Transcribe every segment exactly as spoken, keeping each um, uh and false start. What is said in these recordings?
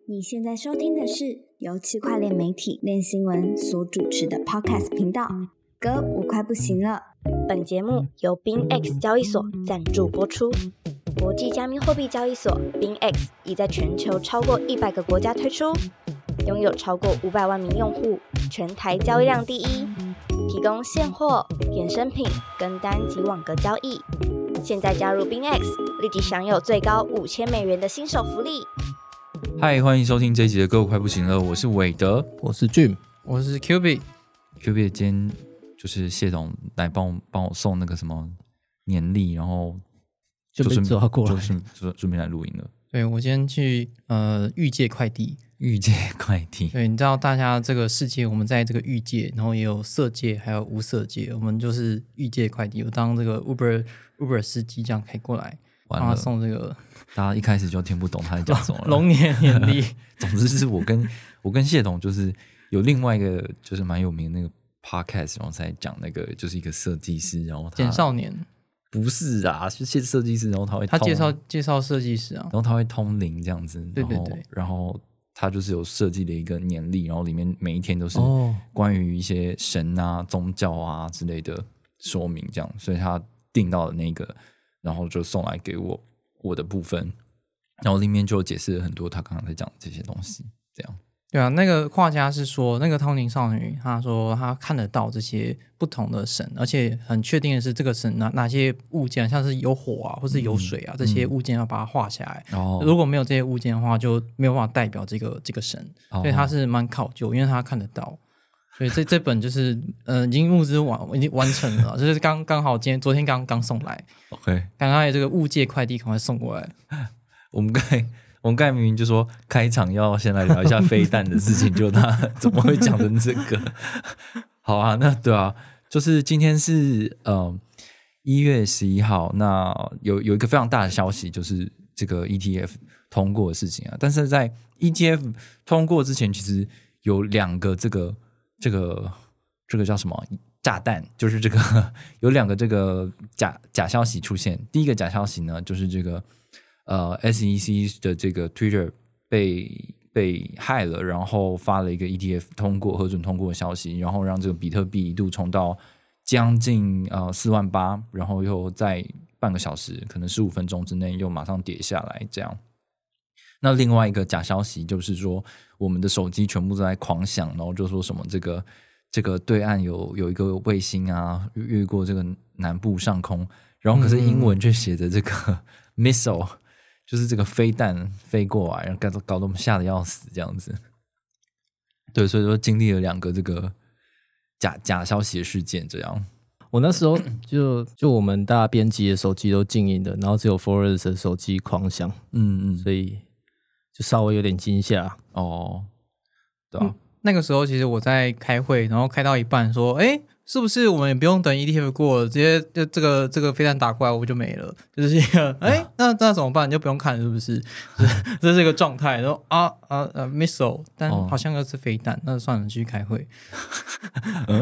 你现在收听的是由区块链媒体链新闻所主持的 Podcast 频道，哥我快不行了。 本节目由 B I N X 交易所赞助播出。国际加密货币交易所 B I N X 已在全球超过一百个国家推出，拥有超过五百万名用户，全台交易量第一，提供现货、衍生品、跟单及网格交易。现在加入 B I N X， 立即享有最高五千美元的新手福利。 嗨，欢迎收听这一集的歌我快不行了，我是韦德， 我是 Jim， 我是 Q B。 Q B 今天就是谢总来帮我帮我送那个什么年历，然后就被抓过来， 就顺顺便来录音了。 对，我今天去呃域界快递， 域界快递。 对，你知道大家这个世界，我们在这个域界，然后也有色界，还有无色界，我们就是域界快递。我当这个 Uber Uber 司机这样开过来， 完了帮他送这个。 大家一开始就听不懂他在讲什么了。 龙年年历。 总之是我跟我跟谢董就是有另外一个就是蛮有名的那个 podcast， 然后在讲那个就是一个设计师，然后他简少年不是啊，是设计师，然后他会他介绍介绍设计师啊， 然后他会通灵这样子， 对对对， 然后然后他就是有设计的一个年历，然后里面每一天都是关于一些神啊、宗教啊之类的说明，这样，所以他订到的那个，然后就送来给我我的部分，然后里面就解释了很多他刚刚在讲的这些东西，这样。 对啊，那个画家是说，那个通灵少女，她说她看得到这些不同的神，而且很确定的是，这个神哪哪些物件，像是有火啊，或是有水啊，嗯、这些物件要把它画下来。哦、如果没有这些物件的话，就没有办法代表这个这个神，哦、所以他是蛮考究，因为他看得到。所以这这本就是呃，已经物资完已经完成了，就是刚刚好今天昨天刚刚送来。 OK， 刚刚有这个物界快递赶快送过来。 我们刚才我们刚才明明就说开场要先来聊一下飞弹的事情，就他怎么会讲成这个？好啊，那对啊，就是今天是呃一月十一号，那有有一个非常大的消息，就是这个 E T F 通过的事情啊。但是在 E T F 通过之前，其实有两个这个这个这个叫什么炸弹，就是这个有两个这个假假消息出现。第一个假消息呢，就是这个。呃 ，S E C 的这个 Twitter 被被害了，然后发了一个 E T F 通过核准通过的消息，然后让这个比特币一度冲到将近呃四万八，然后又在半个小时，可能十五分钟之内又马上跌下来，这样。那另外一个假消息就是说，我们的手机全部都在狂响，然后就说什么这个这个对岸有有一个卫星啊越过这个南部上空，然后可是英文却写着这个 missile。就是这个飞弹飞过来，然后搞得搞得我们吓得要死这样子。对，所以说经历了两个这个假假消息的事件，这样。 我那时候就就我们大家编辑的手机都静音的，然后只有 Forest 的手机狂响，嗯嗯，所以就稍微有点惊吓哦。对啊、嗯， 那个时候其实我在开会，然后开到一半说，哎。是不是我们也不用等 E T F 过了，直接就这个这个飞弹打过来我就没了，就是一个哎、欸，那那怎么办？你就不用看是不是？这是一个状态，然后啊啊啊 missile， 但好像又是飞弹，哦、那算了，继续开会。 嗯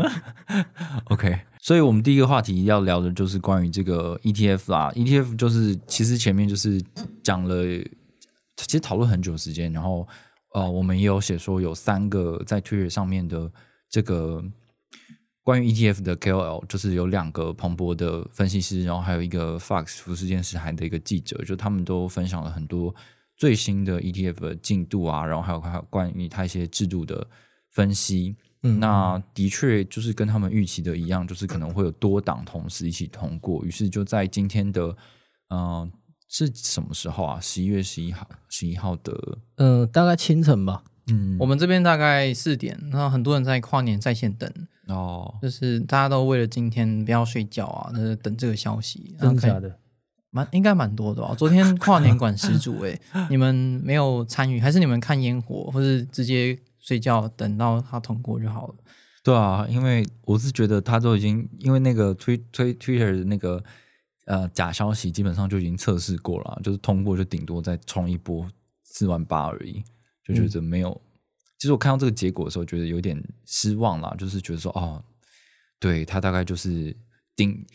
，OK， 所以我们第一个话题要聊的就是关于这个 E T F 啦。E T F 就是其实前面就是讲了，其实讨论很久的时间，然后呃，我们也有写说有三个在 Twitter 上面的这个。关于 E T F 的 K O L， 就是有两个彭博的分析师，然后还有一个 Fox 福斯电视台的一个记者，就他们都分享了很多最新的 E T F 的进度啊，然后还有还有关于它一些制度的分析。嗯，那的确就是跟他们预期的一样，就是可能会有多档同时一起通过。于是就在今天的，嗯、呃，是什么时候啊？十一月十一号，十一号的， 嗯、呃，大概清晨吧。 嗯，我们这边大概四点，然后很多人在跨年在线等哦，就是大家都为了今天不要睡觉啊，就是等这个消息。 真的假的？ 蛮应该蛮多的吧？昨天跨年馆十组哎、欸，你们没有参与，还是你们看烟火，或是直接睡觉等到它通过就好了？ 对啊，因为我是觉得他都已经因为那个推推 Twitter 的那个呃假消息，基本上就已经测试过了，就是通过就顶多再冲一波四万八而已。就觉得没有、嗯，其实我看到这个结果的时候，觉得有点失望啦，就是觉得说，哦，对他大概就是顶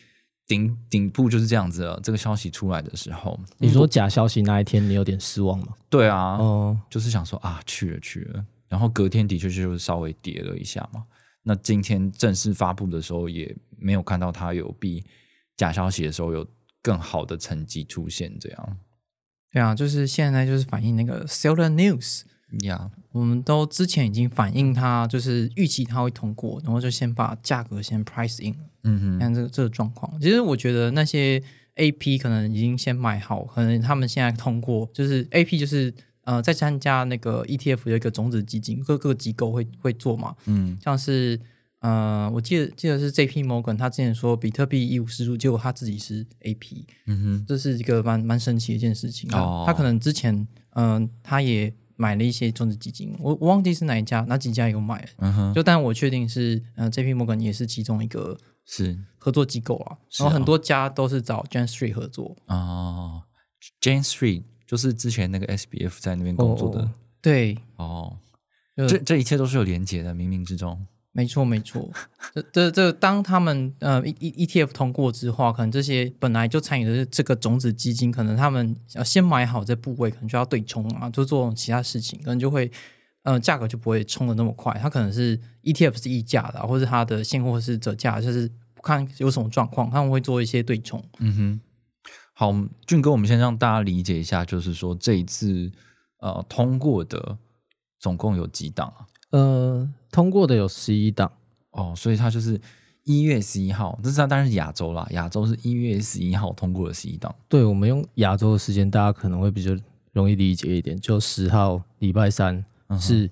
顶顶部就是这样子了。这个消息出来的时候， 你说假消息那一天，你有点失望吗？ 对啊， 哦， 就是想说啊，去了去了，然后隔天的确就是稍微跌了一下嘛。那今天正式发布的时候，也没有看到它有比假消息的时候有更好的成绩出现，这样。 对啊，就是现在就是反映那个 Seller News。 呀、yeah. 我们都之前已经反映它，就是预期它会通过，然后就先把价格先 price in。嗯哼，看这个这个状况，其实我觉得那些 A P 可能已经先买好，可能他们现在通过，就是 A P 就是呃在参加那个 E T F 有一个种子基金，各个机构会会做嘛。嗯，像是呃我记得记得是 J P Morgan 他之前说比特币一五四入，结果他自己是 A P。嗯哼，这是一个蛮蛮神奇的一件事情。哦，他可能之前嗯、呃、他也买了一些种子基金，我我忘记是哪一家哪几家有买，嗯哼，就但我确定是呃 J P Morgan 也是其中一个是合作机构啊，然后很多家都是找 Jane Street 合作哦 Jane Street 就是之前那个 S B F 在那边工作的， 哦对哦，这这一切都是有连结的，冥冥之中。 没错没错，这这这当他们呃 E E T F 通过之后，可能这些本来就参与的这个种子基金，可能他们要先买好这部位，可能就要对冲啊，就做其他事情，可能就会呃价格就不会冲的那么快。它可能是 E T F 是溢价的、啊，或是它的现货是折价，就是看有什么状况，他们会做一些对冲。 嗯哼，好，俊哥，我们先让大家理解一下，就是说这一次呃通过的总共有几档啊？ 呃，通过的有十一档哦，所以它就是一月十一号，这是当然是亚洲啦，亚洲是一月十一号通过了十一档。 对，我们用亚洲的时间，大家可能会比较容易理解一点。就十号礼拜三是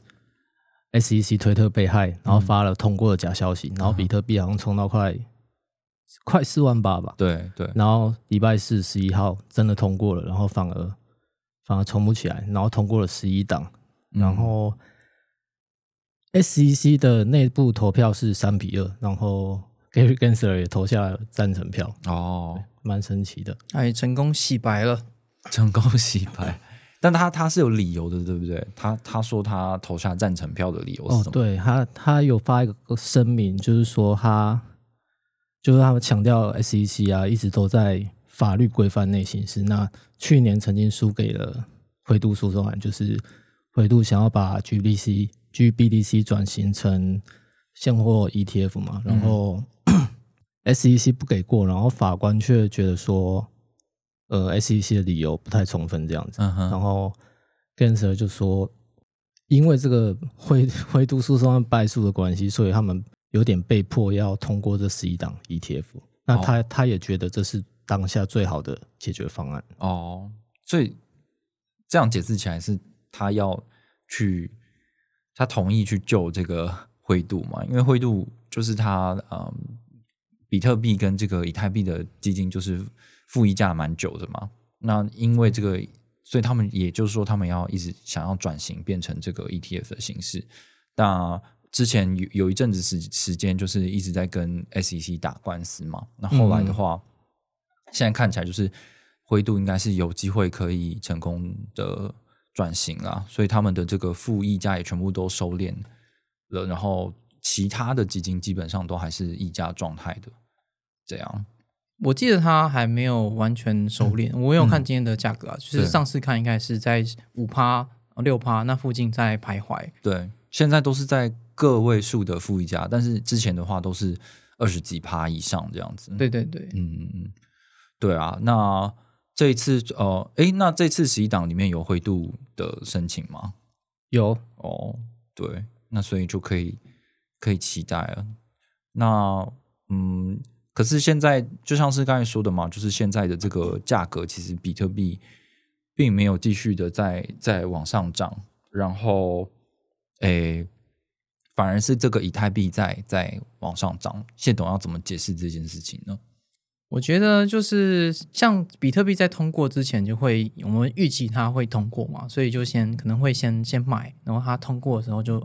S E C 推特被害，然后发了通过的假消息，嗯、然后比特币好像冲到快、嗯、快四万八吧。 对对。 然后礼拜四十一号真的通过了，然后反而反而冲不起来，然后通过了十一档，然后。S E C 的内部投票是三比二，然后 Gary Gensler 也投下了赞成票，哦，蛮神奇的， 哎，成功洗白了， 成功洗白，但他他是有理由的，对不对？他他说他投下赞成票的理由是什么？ 哦，对，他他有发一个声明，就是说他就是他们强调 S E C 啊，一直都在法律规范内行事。那去年曾经输给了灰度诉讼案，就是灰度想要把 G B D C。G B D C 转型成现货 E T F 嘛，然后、嗯、S E C 不给过，然后法官却觉得说，呃 ，S E C 的理由不太充分这样子，嗯、然后 Gensler 就说，因为这个灰灰度诉讼案败诉的关系，所以他们有点被迫要通过这十一档 E T F。那他、哦、他也觉得这是当下最好的解决方案。 哦，所以这样解释起来是他要去。他同意去救这个灰度嘛？因为灰度就是他，嗯，比特币跟这个以太币的基金就是负溢价蛮久的嘛。那因为这个，所以他们也就是说，他们要一直想要转型变成这个 E T F 的形式。那之前有有一阵子时时间，就是一直在跟 S E C 打官司嘛。那后来的话，嗯、现在看起来就是灰度应该是有机会可以成功的。转型啦，所以他们的这个负溢价也全部都收敛了，然后其他的基金基本上都还是溢价状态的。这样， 我记得它还没有完全收敛。嗯、我有看今天的价格啊，嗯、就是上次看应该是在五趴、六趴那附近在徘徊。 对，现在都是在个位数的负溢价，但是之前的话都是二十几趴以上这样子。 对对对， 嗯嗯，对啊，那。这一次，呃，诶，那这次十一档里面有灰度的申请吗？ 有哦，对，那所以就可以可以期待了。那嗯，可是现在就像是刚才说的嘛，就是现在的这个价格，其实比特币并没有继续的在在往上涨，然后诶，反而是这个以太币在在往上涨。谢董要怎么解释这件事情呢？ 我觉得就是像比特币在通过之前就会我们预期它会通过嘛，所以就先可能会先先买，然后它通过的时候就哎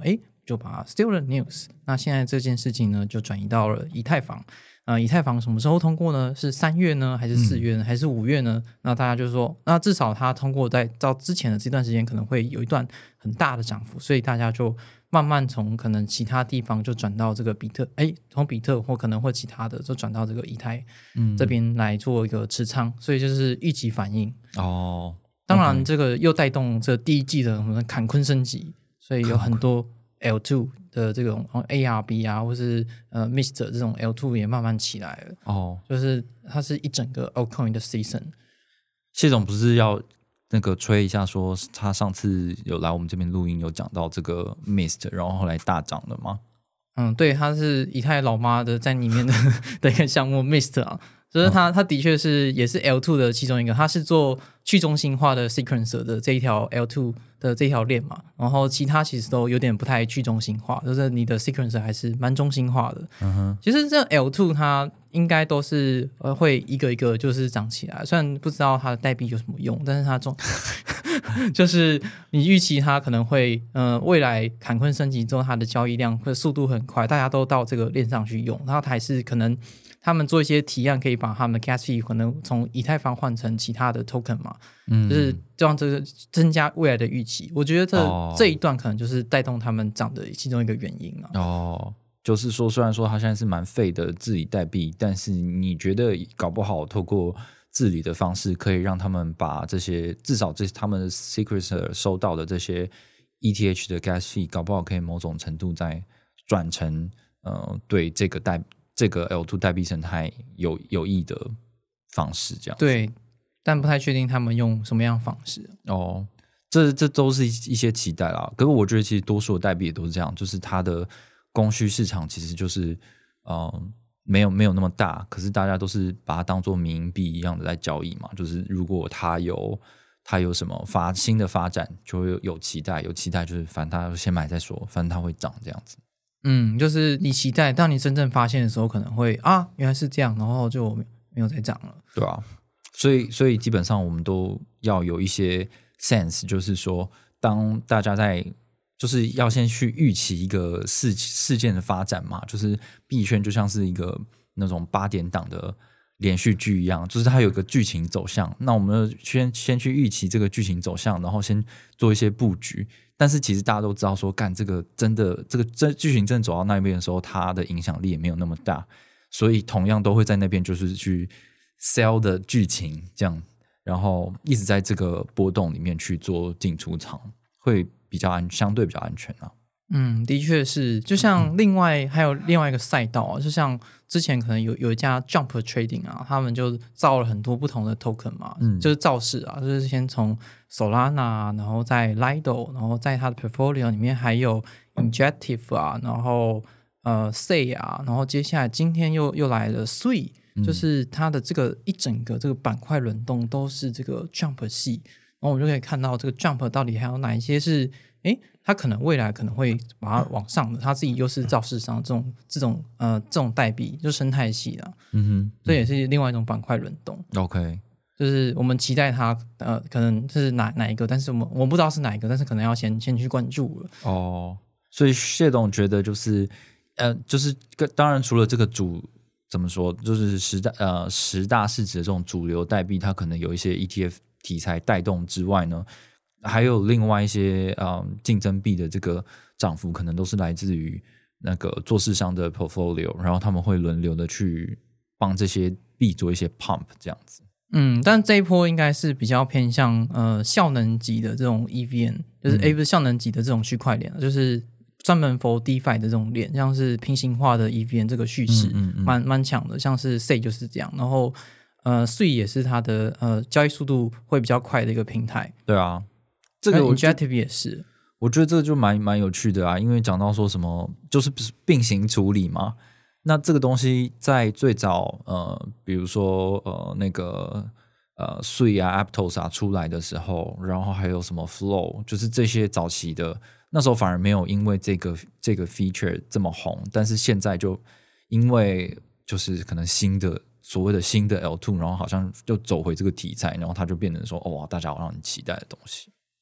就把它 still the news。那现在这件事情呢，就转移到了以太坊。呃，以太坊什么时候通过呢？是三月呢，还是四月呢，嗯、还是五月呢？那大家就说，那至少它通过在到之前的这段时间，可能会有一段很大的涨幅，所以大家就慢慢从可能其他地方就转到这个比特，哎，从比特或可能会其他的就转到这个以太这边来做一个持仓，嗯、所以就是预期反应哦。当然，这个又带动这第一季的什么坎昆升级，所以有很多 L 二 的这种 A R B 啊，或是呃 Mister 这种 L 二 也慢慢起来了。哦，就是它是一整个 altcoin 的 season。 谢总不是要那个吹一下，说他上次有来我们这边录音，有讲到这个 Mister， 然后后来大涨了吗？ 嗯，对，他是以太老妈的在里面的的一个项目 Mister 啊。就是它，它的确是也是 L 二 的其中一个，它是做去中心化的 sequencer 的这一条 L 二 的这条链嘛，然后其他其实都有点不太去中心化，就是你的 sequencer 还是蛮中心化的。嗯哼，其实这 L 二 它应该都是呃会一个一个就是涨起来，虽然不知道它的代币有什么用，但是它中就是你预期它可能会呃未来坎昆升级之后，它的交易量会速度很快，大家都到这个链上去用，然后它还是可能。他们做一些提案，可以把他们的 gas fee 可能从以太坊换成其他的 token 嘛，嗯，就是让这个增加未来的预期。我觉得这、哦、这一段可能就是带动他们涨的其中一个原因啊。 哦，就是说，虽然说它现在是蛮废的治理代币，但是你觉得搞不好透过治理的方式，可以让他们把这些至少这他们的 sequencer 收到的这些 E T H 的 gas fee， 搞不好可以某种程度再转成呃对这个代。这个 L 二 代币生态有有益的方式，这样对，但不太确定他们用什么样的方式哦。这这都是一些期待啦。可是我觉得其实多数的代币也都是这样，就是它的供需市场其实就是呃没有没有那么大，可是大家都是把它当作民营币一样的在交易嘛。就是如果它有它有什么发新的发展，就会有有期待，有期待就是反正它先买再说，反正它会涨这样子。 嗯，就是你期待，当你真正发现的时候，可能会啊，原来是这样，然后就没有再涨了， 对啊，所以，所以基本上我们都要有一些 sense， 就是说，当大家在，就是要先去预期一个事事件的发展嘛，就是币圈就像是一个那种八点档的连续剧一样，就是它有一个剧情走向，那我们先先去预期这个剧情走向，然后先做一些布局。但是其实大家都知道说，干这个真的这个真剧情真的走到那边的时候，它的影响力也没有那么大，所以同样都会在那边就是去 sell 的剧情这样，然后一直在这个波动里面去做进出场，会比较安相对比较安全啊。 嗯，的确是，就像另外、嗯、还有另外一个赛道啊，就像之前可能有有一家 Jump Trading 啊，他们就造了很多不同的 token 嘛，嗯，就是造势啊，就是先从 Solana， 然后在 Lido， 然后在它的 portfolio 里面还有 Injective 啊，然后呃 Say 啊，然后接下来今天又又来了 Sui， 就是它的这个一整个这个板块轮动都是这个 Jump 系，然后我们就可以看到这个 Jump 到底还有哪一些是诶它可能未来可能会把它往上的，它自己又是造市商这种这种呃这种代币，就生态系啦，嗯哼，这也是另外一种板块轮动。 OK， 就是我们期待它呃可能是哪哪一个，但是我们我不知道是哪一个，但是可能要先先去关注了。 哦，所以谢董觉得就是呃就是当然除了这个主怎么说，就是十大呃十大市值的这种主流代币，它可能有一些 E T F 题材带动之外呢。还有另外一些呃竞争币的这个涨幅，可能都是来自于那个做市商的 portfolio， 然后他们会轮流的去帮这些币做一些 pump 这样子。 嗯，但这一波应该是比较偏向呃效能级的这种 E V M， 就是 A 不是效能级的这种区块链，嗯、就是专门 for DeFi 的这种链，像是平行化的 E V M 这个叙事，嗯嗯嗯蛮蛮强的，像是 Say 就是这样，然后呃 Sui 也是它的呃交易速度会比较快的一个平台。 对啊。这个 Injective 也是， 我觉得这个就蛮蛮有趣的啊，因为讲到说什么就是并行处理嘛，那这个东西在最早呃，比如说呃那个呃 Sui 啊 Aptos 啊出来的时候，然后还有什么 Flow， 就是这些早期的，那时候反而没有因为这个这个 feature 这么红，但是现在就因为就是可能新的所谓的新的 L 二， 然后好像就走回这个题材，然后它就变成说哦，大家好像很期待的东西。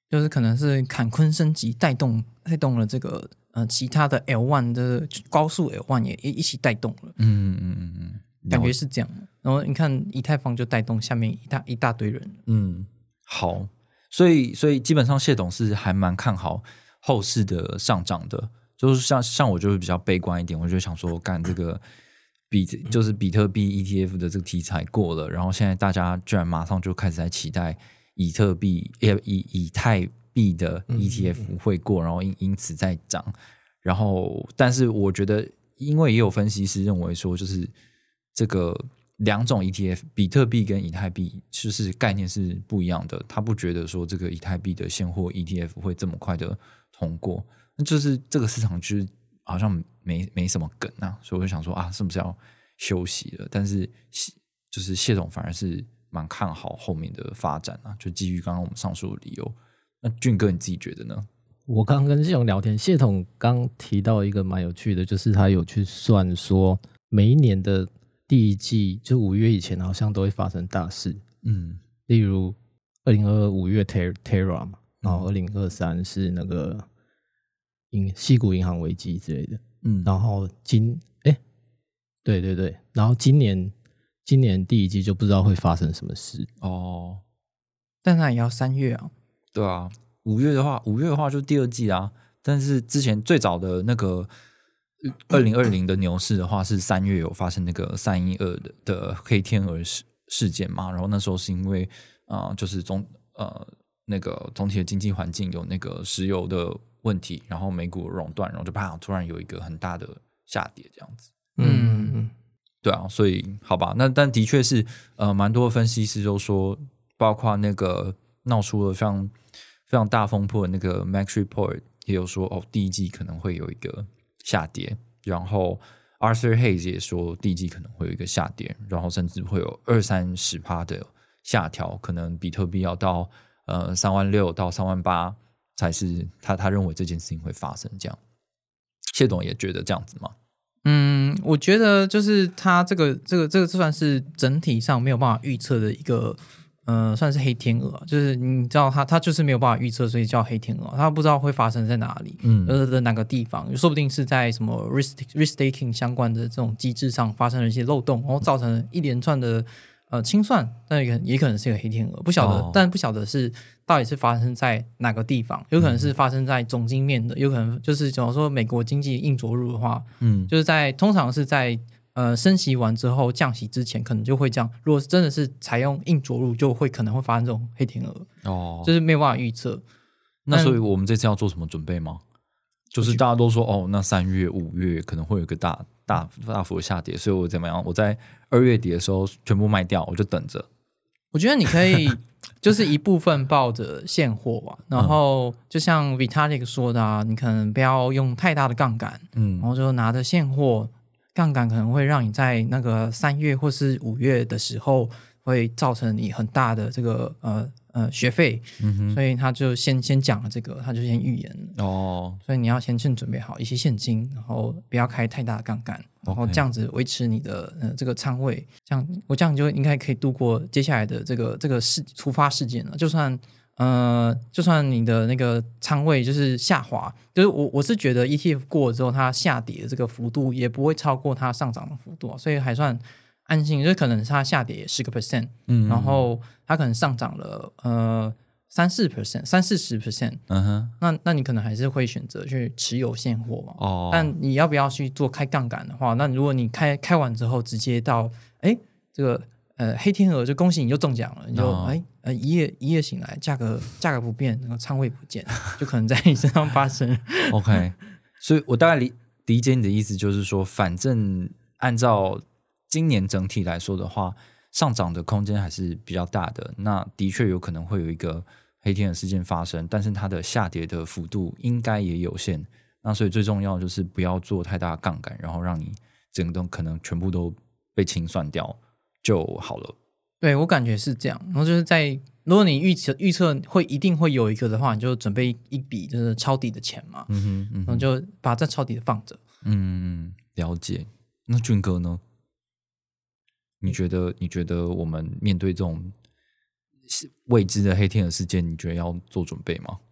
就是可能是坎昆升级带动带动了这个呃其他的 L 一 的高速 L 一 也一起带动了， 嗯嗯嗯嗯， 感觉是这样。然后你看以太坊就带动下面一大一大堆人， 嗯，好，所以所以基本上谢董是还蛮看好后市的上涨的，就是像像我就是比较悲观一点，我就想说干这个比就是比特币 E T F 的这个题材过了，然后现在大家居然马上就开始在期待以特币以以太币的 E T F 会过，然后因因此在涨，然后但是我觉得因为也有分析师认为说就是这个两种 E T F 比特币跟以太币就是概念是不一样的，他不觉得说这个以太币的现货 E T F 会这么快的通过，那就是这个市场就是好像没没什么梗啊，所以我就想说啊，是不是要休息了？但是就是谢总反而是蛮看好后面的发展啊，就基于刚刚我们上述的理由。那俊哥你自己觉得呢？ 我刚跟谢总聊天，谢总刚提到一个蛮有趣的，就是他有去算说每一年的第一季，就五月以前好像都会发生大事，嗯，例如二零二二五月 Terra 嘛，然后二零二三是那个银矽谷银行危机之类的，嗯，然后今哎，对对对，然后今年今年第一季就不知道会发生什么事哦， 但那也要三月啊， 对啊，五月的话，五月的话就第二季啊，但是之前最早的那个二零二零的牛市的话是三月有发生那个三一二的的黑天鹅事事件嘛，然后那时候是因为啊、呃，就是总呃那个总体的经济环境有那个石油的问题，然后美股熔断，然后就啪突然有一个很大的下跌这样子。 嗯嗯， 对啊，所以好吧，那但的确是呃蛮多分析师都说，包括那个闹出了非常非常大风波的那个 Max Report 也有说哦，第一季可能会有一个下跌，然后 Arthur Hayes 也说第一季可能会有一个下跌，然后甚至会有二三十趴的下调，可能比特币要到呃三万六到三万八才是他他认为这件事情会发生。这样，谢董也觉得这样子吗？ 嗯，我觉得就是它这个这个这个算是整体上没有办法预测的一个，呃，算是黑天鹅，就是你知道它它就是没有办法预测，所以叫黑天鹅，它不知道会发生在哪里，嗯，呃的哪个地方，说不定是在什么 risk risk taking 相关的这种机制上发生了一些漏洞，然后造成一连串的呃清算，但也也可能是一个黑天鹅，不晓得，哦、但不晓得是到底是发生在哪个地方，有可能是发生在总经面的，有可能就是假如说美国经济硬着陆的话，嗯，就是在通常是在呃升息完之后降息之前，可能就会这样。如果真的是采用硬着陆，就会可能会发生这种黑天鹅，哦，就是没有办法预测。 那所以我们这次要做什么准备吗？就是大家都说哦，那三月、五月可能会有一个大大大幅的下跌，所以我怎么样？我在二月底的时候全部卖掉，我就等着。 我觉得你可以就是一部分抱着现货吧，然后就像 Vitalik 说的啊，你可能不要用太大的杠杆，嗯，然后就拿着现货，杠杆可能会让你在那个三月或是五月的时候会造成你很大的这个呃呃学费，嗯，所以他就先先讲了这个，他就先预言了哦，所以你要先趁准备好一些现金，然后不要开太大的杠杆。然后这样子维持你的呃这个仓位，这样我这样就应该可以度过接下来的这个这个事突发事件了。就算呃就算你的那个仓位就是下滑，就是我我是觉得 E T F 过了之后，它下跌的这个幅度也不会超过它上涨的幅度，所以还算安心。就是可能它下跌十个 percent， 嗯，然后它可能上涨了呃。三四 percent， 三四十 percent， 嗯哼，那那你可能还是会选择去持有现货嘛？哦，但你要不要去做开杠杆的话，那如果你开开完之后直接到，哎，这个呃黑天鹅就恭喜你就中奖了，你就哎、哦、呃一夜一夜醒来，价格价格不变，那个仓位不见，就可能在你身上发生。 OK， 所以我大概理理解你的意思，就是说，反正按照今年整体来说的话。上涨的空间还是比较大的，那的确有可能会有一个黑天鹅事件发生，但是它的下跌的幅度应该也有限。那所以最重要的就是不要做太大的杠杆，然后让你整个都可能全部都被清算掉就好了。 对，我感觉是这样。然后就是在如果你预测预测会一定会有一个的话，你就准备一笔就是抄底的钱嘛，嗯哼，嗯哼，然后就把这抄底的放着。 嗯，了解。那俊哥呢？你觉得你觉得我们面对这种未知的黑天鹅事件，你觉得要做准备吗？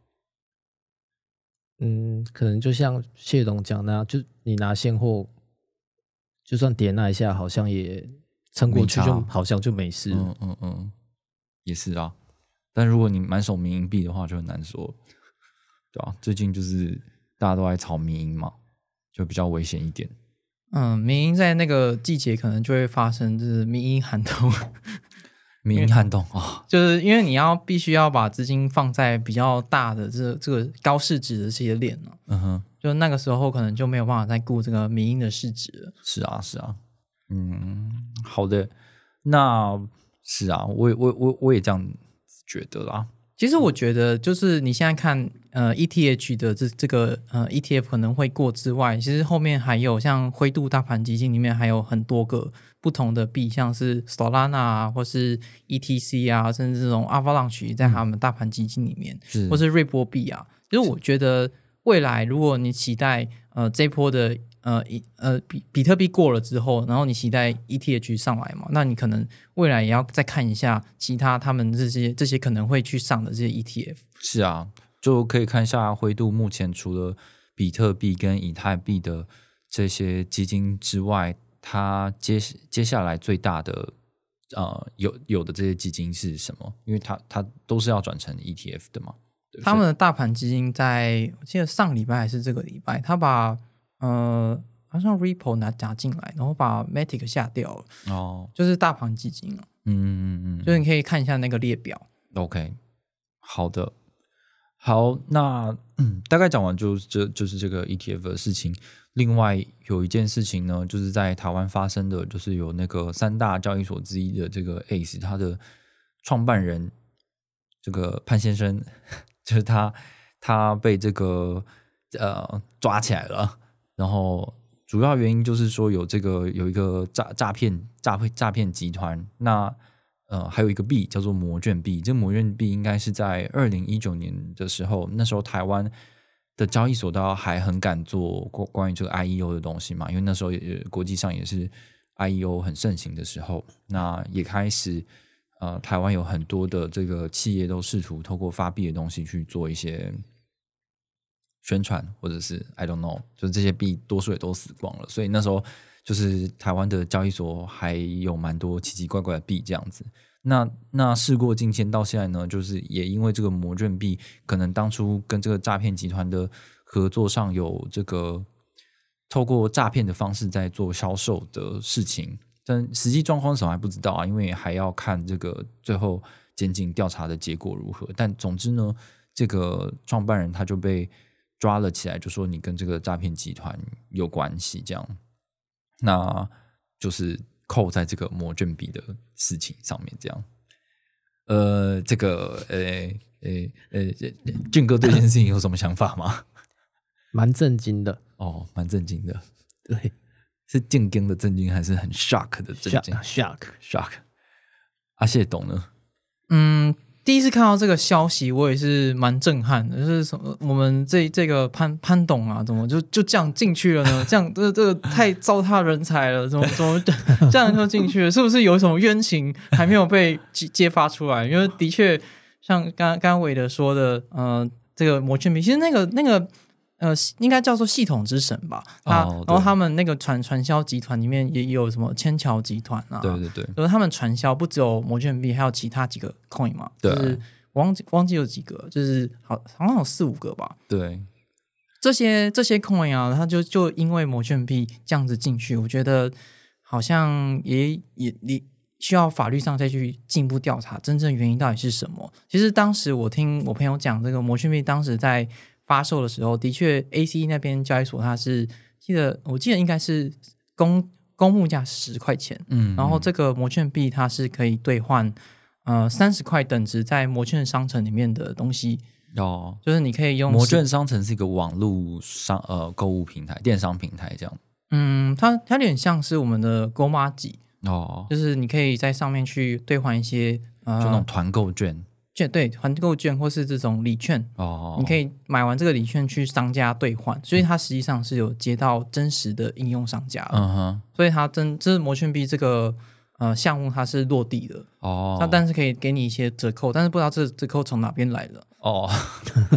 嗯，可能就像谢董讲的、啊，就你拿现货，就算跌那一下，好像也撑过去，就好像就没事了。 嗯嗯嗯，也是啊。但如果你满手民营币的话，就很难说，对吧、啊？最近就是大家都在炒民营嘛，就比较危险一点。 嗯，民营在那个季节可能就会发生，就是民营寒冬。 民营撼动啊、哦， 就是因为你要必须要把资金放在比较大的这这个高市值的这些链了、 嗯哼， 就那个时候可能就没有办法再顾这个民营的市值了。 是啊，是啊，嗯，好的，那是啊，我我我我也这样觉得啦。 其实我觉得，就是你现在看呃 E T H 的这这个呃 E T F 可能会过之外，其实后面还有像灰度大盘基金里面还有很多个不同的币，像是 Solana 啊，或是 E T C 啊，甚至这种 Avalanche 在他们大盘基金里面， 是或是瑞波币啊。其实我觉得未来如果你期待呃这波的呃呃比比特币过了之后，然后你期待 E T H 上来嘛，那你可能未来也要再看一下其他他们这些这些可能会去上的这些 E T F。 是啊，就可以看一下灰度目前除了比特币跟以太币的这些基金之外，它接接下来最大的呃有有的这些基金是什么？因为它它都是要转成 E T F 的嘛。 他们的大盘基金在我记得上礼拜还是这个礼拜，他把呃好像 Ripple 拿加进来，然后把 Matic 下掉了， 哦， 就是大盘基金啊。 嗯嗯嗯， 就是你可以看一下那个列表。 OK， 好的，好，那、嗯、大概讲完就这就是这个 E T F 的事情。另外有一件事情呢，就是在台湾发生的，就是有那个三大交易所之一的这个 A C E， 它的创办人这个潘先生，就是他他被这个呃抓起来了，然后主要原因就是说有这个有一个诈诈骗诈骗诈骗集团，那呃还有一个币叫做魔券币，这魔券币应该是在二零一九年的时候，那时候台湾的交易所都还很敢做关于这个 I E O 的东西嘛，因为那时候也国际上也是 I E O 很盛行的时候，那也开始呃台湾有很多的这个企业都试图透过发币的东西去做一些宣传，或者是 I don't know， 就是这些币多数也都死光了，所以那时候就是台湾的交易所还有蛮多奇奇怪怪的币这样子。那那事过境迁到现在呢，就是也因为这个魔券币可能当初跟这个诈骗集团的合作上有这个透过诈骗的方式在做销售的事情，但实际状况是什么还不知道啊，因为还要看这个最后检警调查的结果如何。但总之呢，这个创办人他就被抓了起来，就说你跟这个诈骗集团有关系，这样，那就是扣在这个魔券币的事情上面，这样。呃，这个呃呃呃，俊哥对这件事情有什么想法吗？ 蛮震惊的哦，蛮震惊的。 对， 是震惊的震惊，还是很 shock 的震惊 ？shock shock。阿谢懂呢？ 嗯。第一次看到这个消息，我也是蛮震撼的。就是什么，我们这这个潘潘董啊，怎么就就这样进去了呢？这样这这个太糟蹋人才了，怎么怎么这样就进去了？是不是有什么冤情还没有被揭发出来？因为的确，像刚刚刚伟德说的，呃，这个魔券币，其实那个那个呃，应该叫做系统之神吧。他、 哦、 然后他们那个传传销集团里面也有什么千桥集团啊， 对对对， 就是他们传销不只有魔券币，还有其他几个 coin 嘛， 对， 就是我忘记忘记有几个，就是好好像有四五个吧。 对， 这些这些 coin 啊，它就就因为魔券币这样子进去，我觉得好像也也也需要法律上再去进一步调查，真正原因到底是什么。其实当时我听我朋友讲，这个魔券币当时在发售的时候，的确 A C E 那边交易所它是记得我记得应该是公公募价十块钱， 嗯， 然后这个魔券币它是可以兑换呃三十块等值在魔券商城里面的东西。 哦， 就是你可以用魔券商城是一个网络商呃购物平台、电商平台这样。 嗯，它它有点像是我们的勾妈几哦， 就是你可以在上面去兑换一些呃， 就那种团购券。 券对团购券或是这种礼券哦， 你可以买完这个礼券去商家兑换，所以它实际上是有接到真实的应用商家的， 嗯哼， 所以它真这魔券币这个呃项目它是落地的哦， 它但是可以给你一些折扣，但是不知道这折扣从哪边来的哦，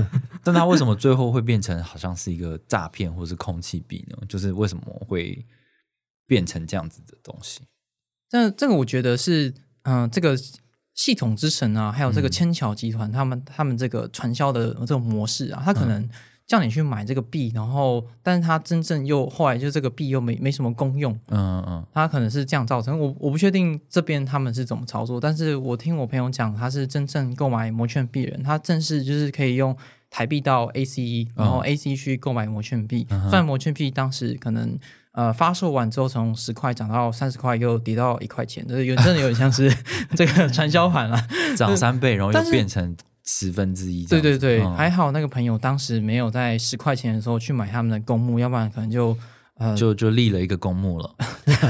但它为什么最后会变成好像是一个诈骗或是空气币呢？就是为什么会变成这样子的东西？ 这这个我觉得是，嗯、呃，这个系统之神啊，还有这个千桥集团，嗯、他们他们这个传销的这种模式啊，他可能叫你去买这个币，然后，但是他真正又后来就这个币又没没什么功用，嗯嗯，他可能是这样造成。我我不确定这边他们是怎么操作，但是我听我朋友讲，他是真正购买魔券币人，他正是就是可以用台币到 A C E， 然后 A C E 去购买魔券币，虽然魔券币当时可能。呃，发售完之后从十块涨到三十块，又跌到一块钱，这有真的有点像是这个传销盘了， 涨三倍，然后又变成十分之一。 对对对，嗯、还好那个朋友当时没有在十块钱的时候去买他们的公募，要不然可能就呃就就立了一个公募了。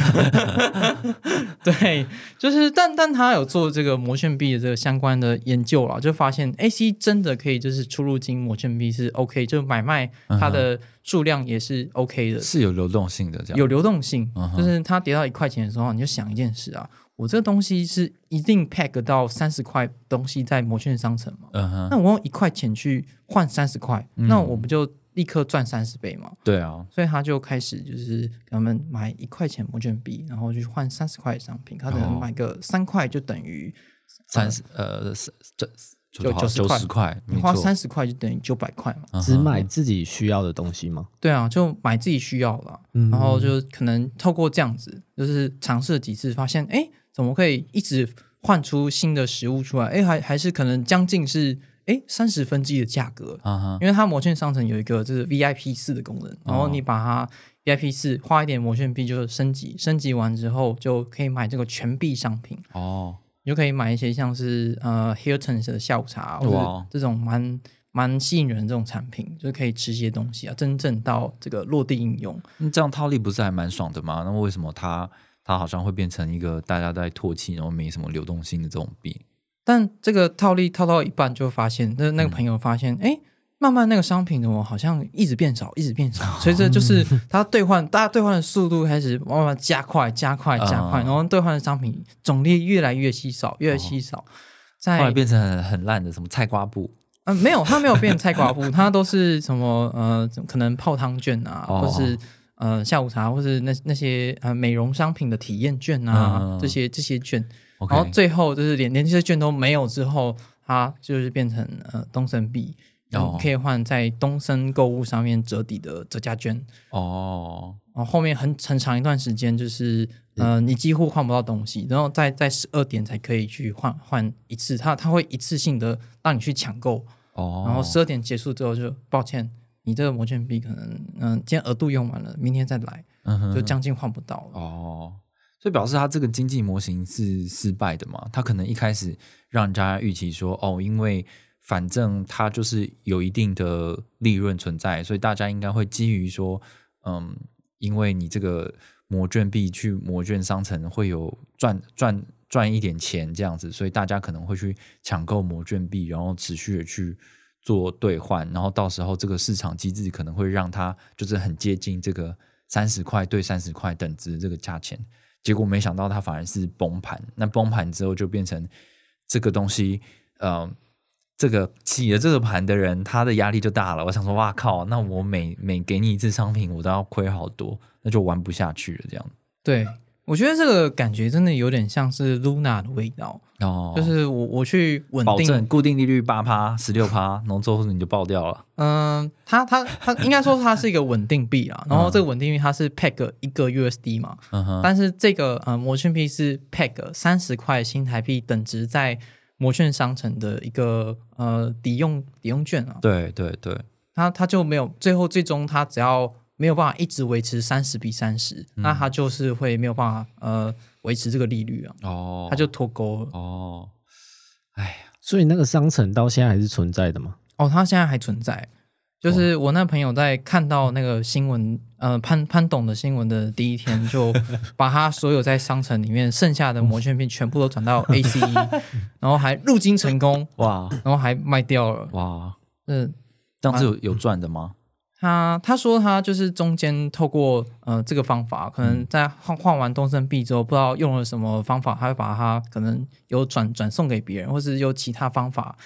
对，就是但但他有做这个魔券币的这个相关的研究啦，就发现 A C 真的可以就是出入金魔券币是 OK， 就买卖它的数量也是 OK 的， 是有流动性的，这样有流动性，嗯、就是它跌到一块钱的时候，你就想一件事啊，我这个东西是一定 peg 到三十块东西在魔券商城嘛，嗯、那我用一块钱去换三十块，嗯、那我不就立刻赚三十倍嘛？ 对啊， 所以他就开始就是给他们买一块钱魔券币，然后去换三十块的商品，他可能买个三块就等于三十呃这就九十块，你花三十块就等于九百块嘛。 只买自己需要的东西吗？ 对啊，就买自己需要的、啊嗯，然后就可能透过这样子，就是尝试了几次，发现哎，怎么可以一直换出新的食物出来？哎，还还是可能将近是。哎，三十分之一的价格， uh-huh. 因为它魔券商城有一个就是 V I P 四的功能，然后你把它 V I P 四花一点魔券币就升级，升级完之后就可以买这个全币商品哦， oh. 你就可以买一些像是呃 Hilton 的下午茶，或者这种蛮蛮吸引人的这种产品，就是可以吃些东西啊，真正到这个落地应用。 嗯、这样套利不是还蛮爽的吗？那为什么它它好像会变成一个大家在唾弃，然后没什么流动性的这种币？ 但这个套利套到一半就发现，那那个朋友发现，哎、嗯，慢慢那个商品我好像一直变少，一直变少，随着就是它兑换，大家兑换的速度开始慢慢加快、加快、加快，嗯、然后兑换的商品种类越来越稀少，越来越稀少，在后来变成很很烂的什么菜瓜布。 嗯、呃，没有，它没有变菜瓜布，它都是什么呃，可能泡汤券啊，哦、或是呃下午茶，或是那那些呃美容商品的体验券啊，嗯、这些这些券。Okay. 然后最后就是连连这些券都没有之后，它就是变成呃东森币，哦、可以换在东森购物上面折抵的折价券哦。然后后面很很长一段时间就是呃你几乎换不到东西，然后在在十二点才可以去换换一次，它它会一次性的让你去抢购哦。然后十二点结束之后就抱歉，你这个魔券币可能嗯、呃、今天额度用完了，明天再来，嗯、就将近换不到了哦。所以表示它这个经济模型是失败的嘛？它可能一开始让人家预期说，哦，因为反正它就是有一定的利润存在，所以大家应该会基于说，嗯，因为你这个魔券币去魔券商城会有赚赚赚一点钱这样子，所以大家可能会去抢购魔券币，然后持续的去做兑换，然后到时候这个市场机制可能会让它就是很接近这个三十块对三十块等值这个价钱。结果没想到它反而是崩盘，那崩盘之后就变成这个东西，呃，这个起了这个盘的人，他的压力就大了。我想说，哇靠，那我每每给你一次商品，我都要亏好多，那就玩不下去了。这样， 对，我觉得这个感觉真的有点像是 Luna 的味道哦，就是我我去稳定保证固定利率八趴、十六趴，然后最后你就爆掉了。 嗯，它它它应该说它是一个稳定币啦，然后这个稳定币它是 peg 一个 U S D 嘛，嗯、但是这个呃魔券币是 peg 三十块新台币等值在魔券商城的一个呃抵用抵用券啊。 对对对， 它它就没有最后最终它只要没有办法一直维持三十比三十、嗯，那它就是会没有办法呃维持这个利率啊，哦，它就脱钩了哦。 哎呀，所以那个商城到现在还是存在的吗？ 哦，它现在还存在。就是我那朋友在看到那个新闻，呃，潘潘董的新闻的第一天，就把他所有在商城里面剩下的魔券币全部都转到 A C E， 然后还入金成功，哇，然后还卖掉了，哇， 嗯，这样子有有赚的吗？ 他他说他就是中间透过呃这个方法，可能在换换完东森币之后，不知道用了什么方法，他会把它可能有转转送给别人，或是有其他方法。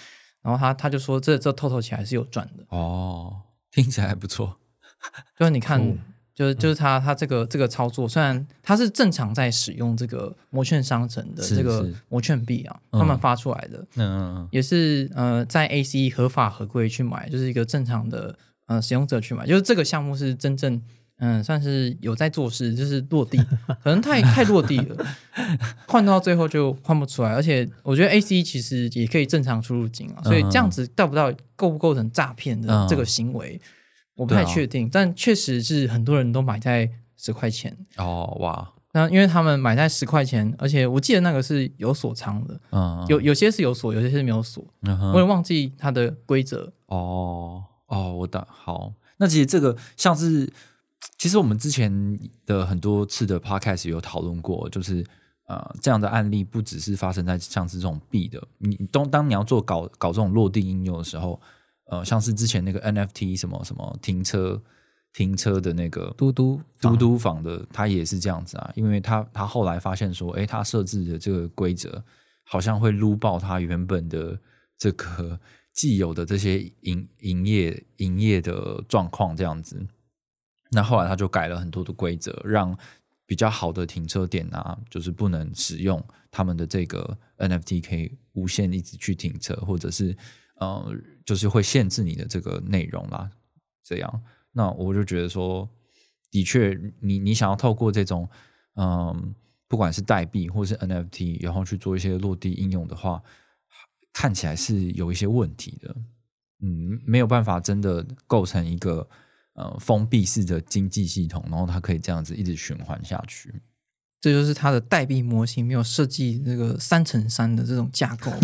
然后他他就说这这透透起来是有赚的哦，听起来还不错。 就是你看， 哦就是就是他他这个这个操作，虽然他是正常在使用这个摩券商城的是这个是摩券币啊， 嗯他们发出来的， 嗯嗯嗯也是呃在 A C E 合法合规去买，就是一个正常的呃使用者去买，就是这个项目是真正嗯、呃、算是有在做事，就是落地，可能太太落地了，换到最后就换不出来，而且我觉得 A C E 其实也可以正常出入金啊，所以这样子到不到构不构成诈骗的这个行为，嗯、我不太确定，但确实是很多人都买在十块钱哦哇。 那因为他们买在十块钱，而且我记得那个是有锁仓的，嗯，有有些是有锁，有些是没有锁，嗯、我也忘记它的规则。 哦哦，我懂。好，那其实这个像是，其实我们之前的很多次的 podcast 有讨论过，就是呃这样的案例不只是发生在像是这种币的，你当当你要做搞搞这种落地应用的时候，呃，像是之前那个 N F T 什么什么停车。停车的那个嘟嘟嘟嘟房的，他也是这样子啊，因为他他后来发现说，哎，他设置的这个规则好像会撸爆他原本的这个既有的这些营营业营业的状况这样子。那后来他就改了很多的规则，让比较好的停车点啊，就是不能使用他们的这个 N F T 可以无限一直去停车，或者是呃，就是会限制你的这个内容啦，这样。那我就觉得说，的确，你你想要透过这种，嗯，不管是代币或是 N F T， 然后去做一些落地应用的话，看起来是有一些问题的，嗯，没有办法真的构成一个呃封闭式的经济系统，然后它可以这样子一直循环下去。 这就是它的代币模型没有设计这个三乘三的这种架构，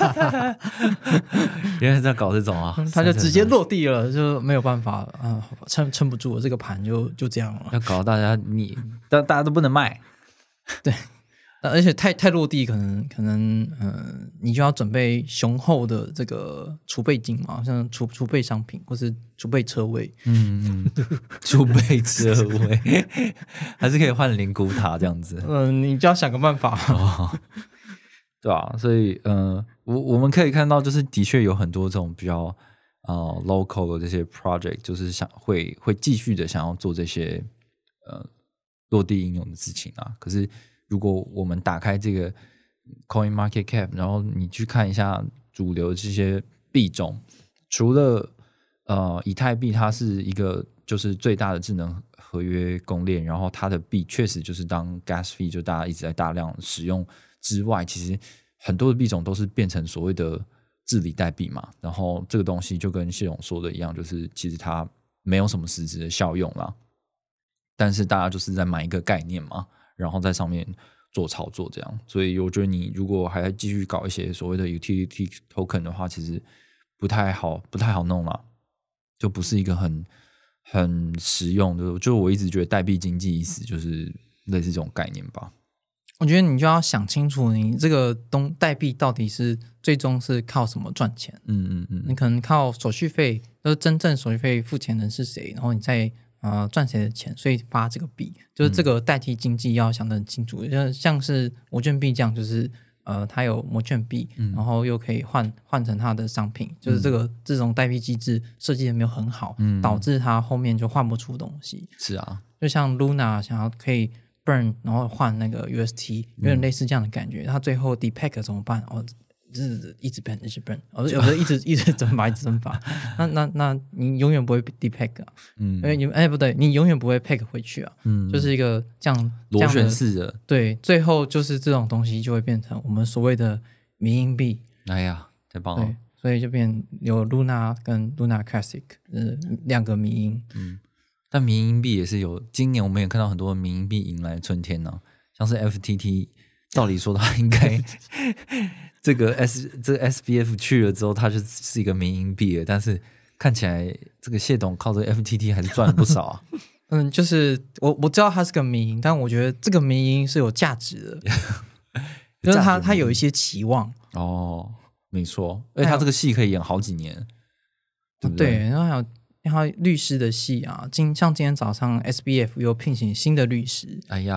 原来在搞这种啊， 它就直接落地了，就没有办法啊，撑撑不住了，这个盘就就这样了。 要搞大家你，大大家都不能卖， 对，而且太太落地，可能可能呃，你就要准备雄厚的这个储备金嘛，像储储备商品或是储备车位， 嗯嗯，储备车位还是可以换灵骨塔这样子。 嗯、呃，你就要想个办法。 哦、对啊，所以呃，我我们可以看到，就是的确有很多这种比较呃 local 的这些 project， 就是想会会继续的想要做这些呃落地应用的事情啊。可是如果我们打开这个 Coin Market Cap， 然后你去看一下主流这些币种，除了呃以太币，它是一个就是最大的智能合约公链，然后它的币确实就是当 gas fee， 就大家一直在大量使用之外，其实很多的币种都是变成所谓的治理代币嘛。然后这个东西就跟谢勇说的一样，就是其实它没有什么实质的效用啦，但是大家就是在买一个概念嘛，然后在上面做操作这样。所以我觉得你如果还继续搞一些所谓的 utility token 的话，其实不太好不太好弄啦，就不是一个很很实用的。就我一直觉得代币经济意思就是类似这种概念吧。 我觉得你就要想清楚，你这个东代币到底是最终是靠什么赚钱？ 嗯嗯嗯， 你可能靠手续费，就是真正手续费付钱人是谁，然后你再呃赚谁的钱，所以发这个币，就是这个代替经济要想得很清楚。像、嗯、像是摩券币这样，就是呃它有摩券币，嗯、然后又可以换换成它的商品，就是这个、嗯、这种代币机制设计的没有很好，嗯、导致它后面就换不出东西。 是啊， 就像 Luna 想要可以burn 然后换那个 U S T， 有点类似这样的感觉。它、嗯、最后 depeg 怎么办？哦，就是一直 burn 一直 burn， 哦，有的一直一直蒸发一直蒸发。那那那你永远不会 depeg 啊，嗯，因为你哎不对，你永远不会 peg 回去啊，嗯，就是一个这样螺旋式的， 对，最后就是这种东西就会变成我们所谓的迷因币。 哎呀，太棒了！ 对，所以就变有 Luna 跟 Luna Classic， 呃，两个迷因， 嗯。但民营币也是有，今年我们也看到很多民营币迎来春天呢、啊，像是 F T T， 照理说它应该这个 S 这个 S B F 去了之后，它就是一个民营币了，但是看起来这个谢董靠这个 F T T 还是赚了不少啊。 嗯，就是我我知道它是个民营，但我觉得这个民营是有价值的，就是它它有一些期望哦，没错，而且它这个戏可以演好几年，对不对？ 对，然后还有。然后律师的戏啊，今像今天早上 S B F 又聘请新的律师， 哎呀，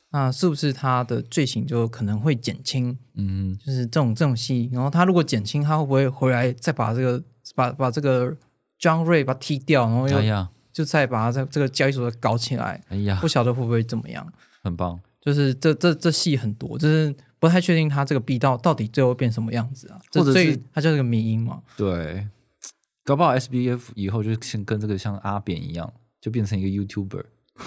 那是不是他的罪行就可能会减轻？ 嗯， 就是这种这种戏，然后他如果减轻，他会不会回来再把这个把把这个 John Ray 把他踢掉，然后又、 哎呀， 就再把他在这个交易所搞起来？ 哎呀， 不晓得会不会怎么样？ 很棒。 就是这这这戏很多，就是不太确定他这个逼到到底最后变什么样子啊？ 或者是所以他就是个迷因嘛。 对，搞不好 S B F 以后就像跟这个像阿扁一样，就变成一个 YouTuber。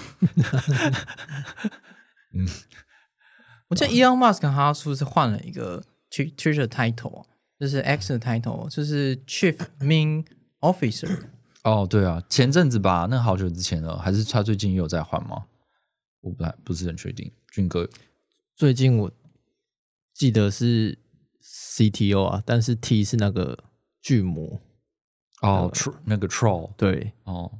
嗯， 我记得 Elon Musk 他是不是换了一个 Twitter title， 就是 X 的 title， 就是 Chief Ming Officer。 哦，对啊，前阵子吧，那好久之前了，还是他最近也有在换吗？我不太不是很确定。俊哥， 最近我记得是 C T O 啊，但是 T 是那个巨魔哦，呃、那个 Troll， 对， 哦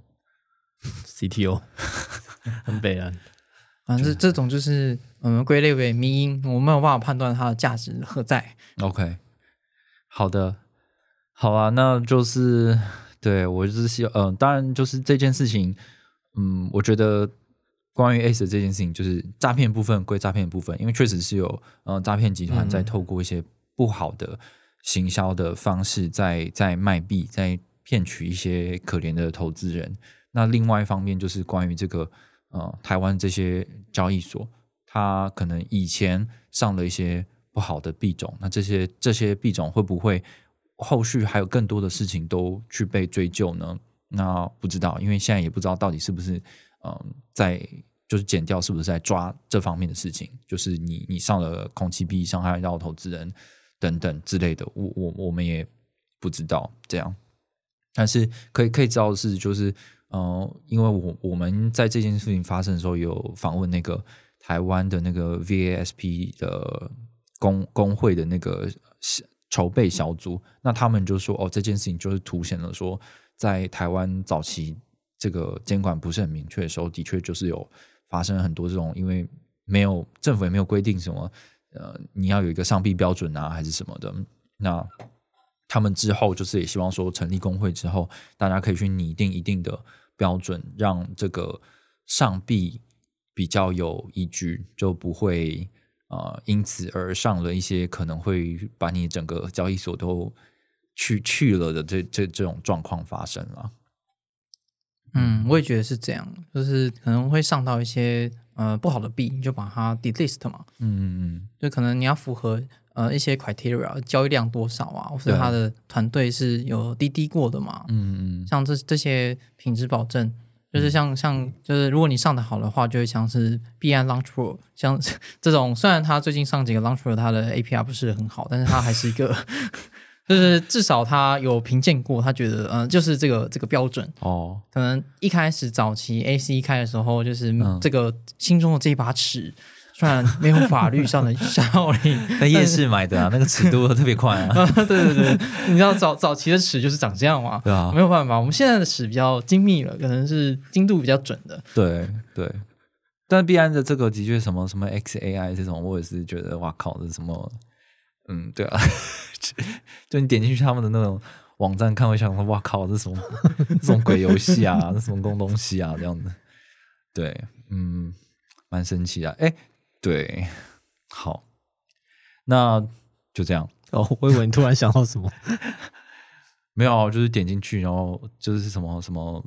，C T O 很北蓝。 反正这种就是我们归类为迷因，我没有办法判断它的价值何在。 OK， 好的，好啊，那就是对我就是希望，嗯、呃，当然就是这件事情，嗯，我觉得关于 Ace 的这件事情，就是诈骗部分归诈骗部分，因为确实是有呃诈骗集团在透过一些不好的行销的方式在在卖币，在骗取一些可怜的投资人。那另外一方面就是关于这个。呃，台湾这些交易所，它可能以前上了一些不好的币种，那这些这些币种会不会后续还有更多的事情都去被追究呢？那不知道，因为现在也不知道到底是不是嗯、呃，在就是检调是不是在抓这方面的事情，就是你你上了空气币，伤害到投资人等等之类的，我我我们也不知道这样，但是可以可以知道的是，就是。呃，因为我我们在这件事情发生的时候，有访问那个台湾的那个 V A S P 的工工会的那个筹备小组，那他们就说，哦，这件事情就是凸显了说，在台湾早期这个监管不是很明确的时候，的确就是有发生很多这种，因为没有政府也没有规定什么，呃，你要有一个上币标准啊，还是什么的，那。他们之后就是也希望说，成立工会之后，大家可以去拟定一定的标准，让这个上币比较有依据，就不会呃因此而上了一些可能会把你整个交易所都去去了的这这这种状况发生了。 嗯，我也觉得是这样，就是可能会上到一些呃不好的币，你就把它 delist 嘛。 嗯嗯嗯， 就可能你要符合。呃，一些 criteria 交易量多少啊，或是他的团队是有滴滴过的嘛？ 嗯嗯， 像这这些品质保证，就是像、嗯、像就是如果你上的好的话，就会像是币安 Launch Pro， 像这种虽然他最近上几个 Launch Pro， 他的 A P R 不是很好，但是他还是一个，就是至少他有评鉴过，他觉得嗯、呃，就是这个这个标准哦。可能一开始早期 A C 开的时候，就是这个心中的这一把尺。虽然没有法律上的效力， 在夜市买的啊，那个尺度特别快啊。 对对对，你知道早早期的尺就是长这样嘛？ 对啊， 没有办法，我们现在的尺比较精密了，可能是精度比较准的。 对对，但币安的这个的确什么什么 X A I 这种，我也是觉得哇靠，这是什么？嗯，对啊，就你点进去他们的那种网站看，会想说哇靠，这是什么这种鬼游戏啊？这什么公东西啊？这样子，对，嗯，蛮神奇啊，哎。对，好，那就这样。 哦，我以为你突然想到什么， 没有，就是点进去，然后就是什么什么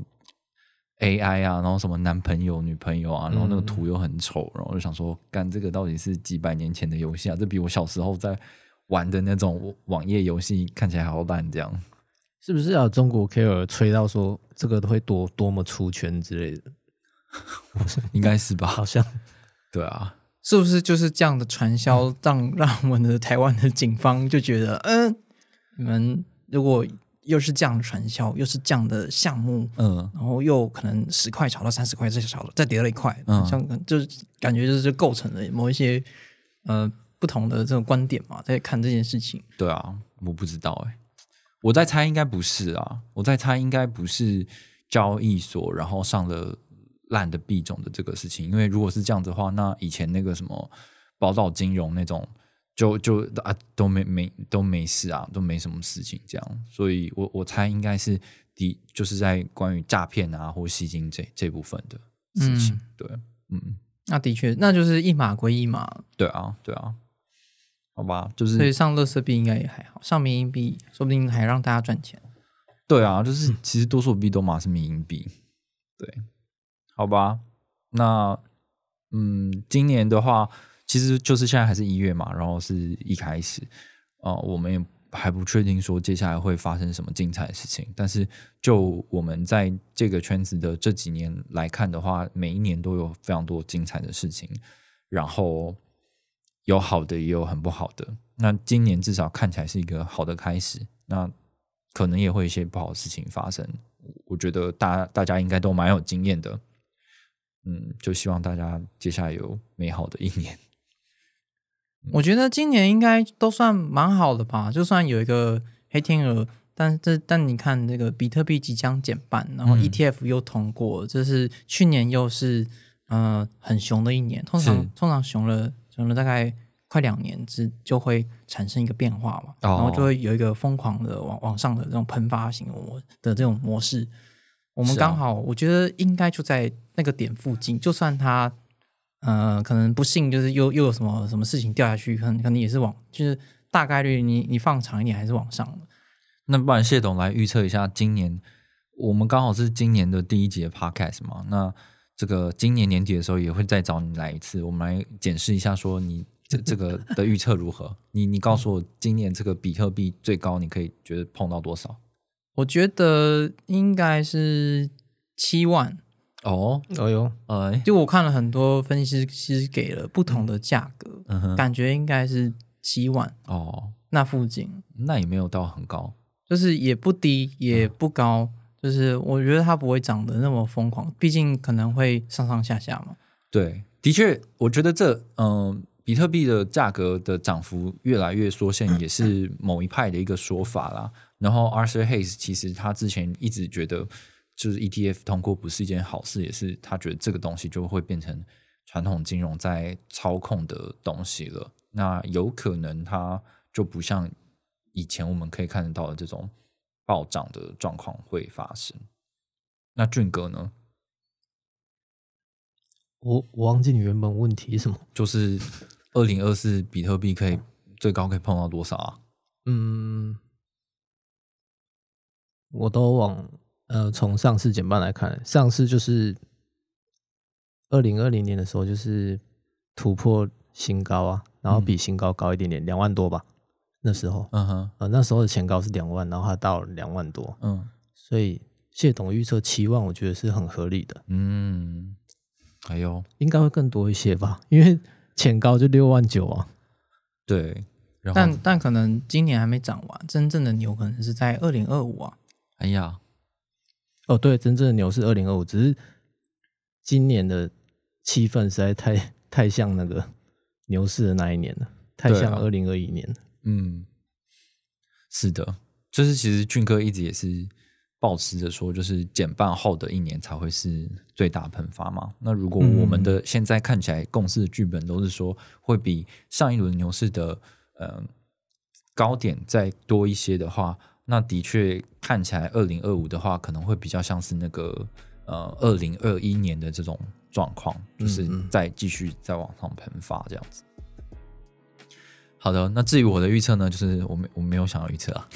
A I 啊，然后什么男朋友、女朋友啊，然后那个图又很丑，然后就想说，干这个到底是几百年前的游戏啊？这比我小时候在玩的那种网页游戏看起来好烂，这样是不是有中国 K O L 吹到说这个会多多么出圈之类的？ 应该是吧？ 好像， 对啊。 是不是就是这样的传销，让让我们的台湾的警方就觉得，嗯、呃，你们如果又是这样的传销，又是这样的项目，嗯，然后又可能十块炒到三十块，再炒再跌了一块，嗯，像就是感觉就是构成了某一些呃不同的这种观点嘛，在看这件事情。 对啊，我不知道哎、欸，我在猜应该不是啊，我在猜应该不是交易所，然后上了。烂的币种的这个事情，因为如果是这样子的话，那以前那个什么宝岛金融那种，就就啊都没没都没事啊，都没什么事情这样，所以我我猜应该是第就是在关于诈骗啊或吸金这这部分的事情，嗯、对，嗯， 那的确，那就是一码归一码。 对啊，对啊，好吧，就是所以上垃圾币应该也还好，上民营币说不定还让大家赚钱。 对啊，就是其实多数币都嘛是民营币，对，好吧，那嗯，今年的话，其实就是现在还是一月嘛，然后是一开始，呃，我们也还不确定说接下来会发生什么精彩的事情，但是就我们在这个圈子的这几年来看的话，每一年都有非常多精彩的事情，然后有好的也有很不好的。那今年至少看起来是一个好的开始，那可能也会有一些不好的事情发生。我觉得大大家应该都蛮有经验的，嗯，就希望大家接下来有美好的一年。 我觉得今年应该都算蛮好的吧，就算有一个黑天鹅，但这但你看这个比特币即将减半，然后 E T F 又通过，这、嗯、是去年又是呃很熊的一年，通常通常熊了熊了大概快两年之就会产生一个变化嘛，哦、然后就会有一个疯狂的往往上的这种喷发型的这种模式。我们刚好、啊、我觉得应该就在那个点附近，就算它呃可能不幸就是又又有什么什么事情掉下去，可能可能也是往就是大概率你你放长一点还是往上的。 那不然谢董来预测一下今年，我们刚好是今年的第一集的 podcast 嘛，那这个今年年底的时候也会再找你来一次，我们来检视一下说你这这个的预测如何？你你告诉我，今年这个比特币最高你可以觉得碰到多少？ 我觉得应该是七万哦。 哦哟， 呃， 就我看了很多分析师给了不同的价格，嗯、感觉应该是七万哦， 那附近， 那也没有到很高， 就是也不低也不高，嗯、就是我觉得它不会涨得那么疯狂，毕竟可能会上上下下嘛。 对，的确，我觉得这嗯。呃比特币的价格的涨幅越来越缩限，也是某一派的一个说法啦。然后 Arthur Hayes 其实他之前一直觉得，就是 E T F 通过不是一件好事，也是他觉得这个东西就会变成传统金融在操控的东西了。那有可能它就不像以前我们可以看得到的这种暴涨的状况会发生。那俊哥呢？ 我我忘记你原本问题是什么， 就是二零二四比特币可以最高可以碰到多少啊？ 嗯，我都往呃从上市减半来看，上市就是二零二零年的时候就是突破新高啊，然后比新高高一点点，两、嗯、万多吧，那时候，嗯哼，呃那时候的前高是两万，然后它到了两万多，嗯，所以谢董预测七万，我觉得是很合理的， 嗯。哎呦， 应该会更多一些吧，因为前高就六万九啊。 对， 但但可能今年还没涨完，真正的牛可能是在二零二五啊。 哎呀， 哦，对，真正的牛是二零二五，只是今年的气氛实在太太像那个牛市的那一年了，太像二零二一年了。 嗯，是的，就是其实俊哥一直也是抱持着说，就是减半后的一年才会是最大喷发嘛。那如果我们的现在看起来共识的剧本都是说会比上一轮牛市的呃高点再多一些的话，那的确看起来二零二五的话可能会比较像是那个呃二零二一年的这种状况，就是再继续再往上喷发这样子。好的，那至于我的预测呢，就是我没我没有想要预测啊。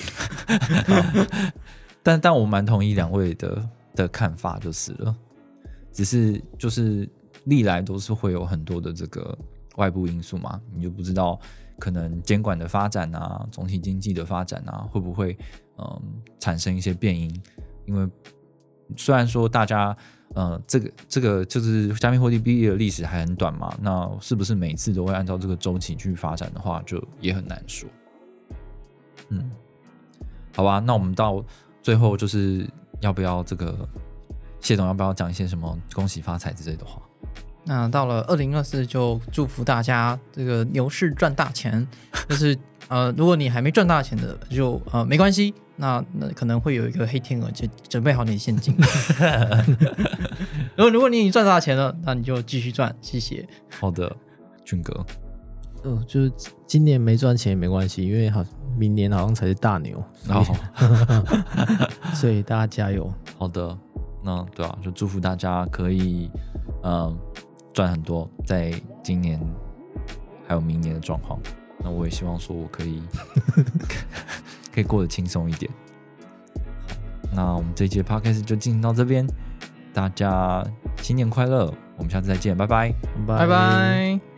但但我蛮同意两位的的看法就是了，只是就是历来都是会有很多的这个外部因素嘛，你就不知道可能监管的发展啊，总体经济的发展啊，会不会嗯产生一些变因？因为虽然说大家呃这个这个就是加密货币的历史还很短嘛，那是不是每次都会按照这个周期去发展的话，就也很难说。嗯，好吧，那我们到最后就是要不要这个谢总要不要讲一些什么恭喜发财之类的话？ 那到了二零二四就祝福大家这个牛市赚大钱，就是呃如果你还没赚大钱的就呃没关系，那那可能会有一个黑天鹅，就准备好你的现金。如果如果你已经赚大钱了，那你就继续赚，谢谢。 好的，俊哥。 嗯、呃，就是今年没赚钱也没关系，因为好明年好像才是大牛， 哦、 所以大家加油。 好的，那对啊，就祝福大家可以，嗯、呃， 赚很多，在今年还有明年的状况。那我也希望说我可以可以过得轻松一点。那我们这一节 podcast 就进行到这边，大家新年快乐，我们下次再见，拜拜， 拜拜。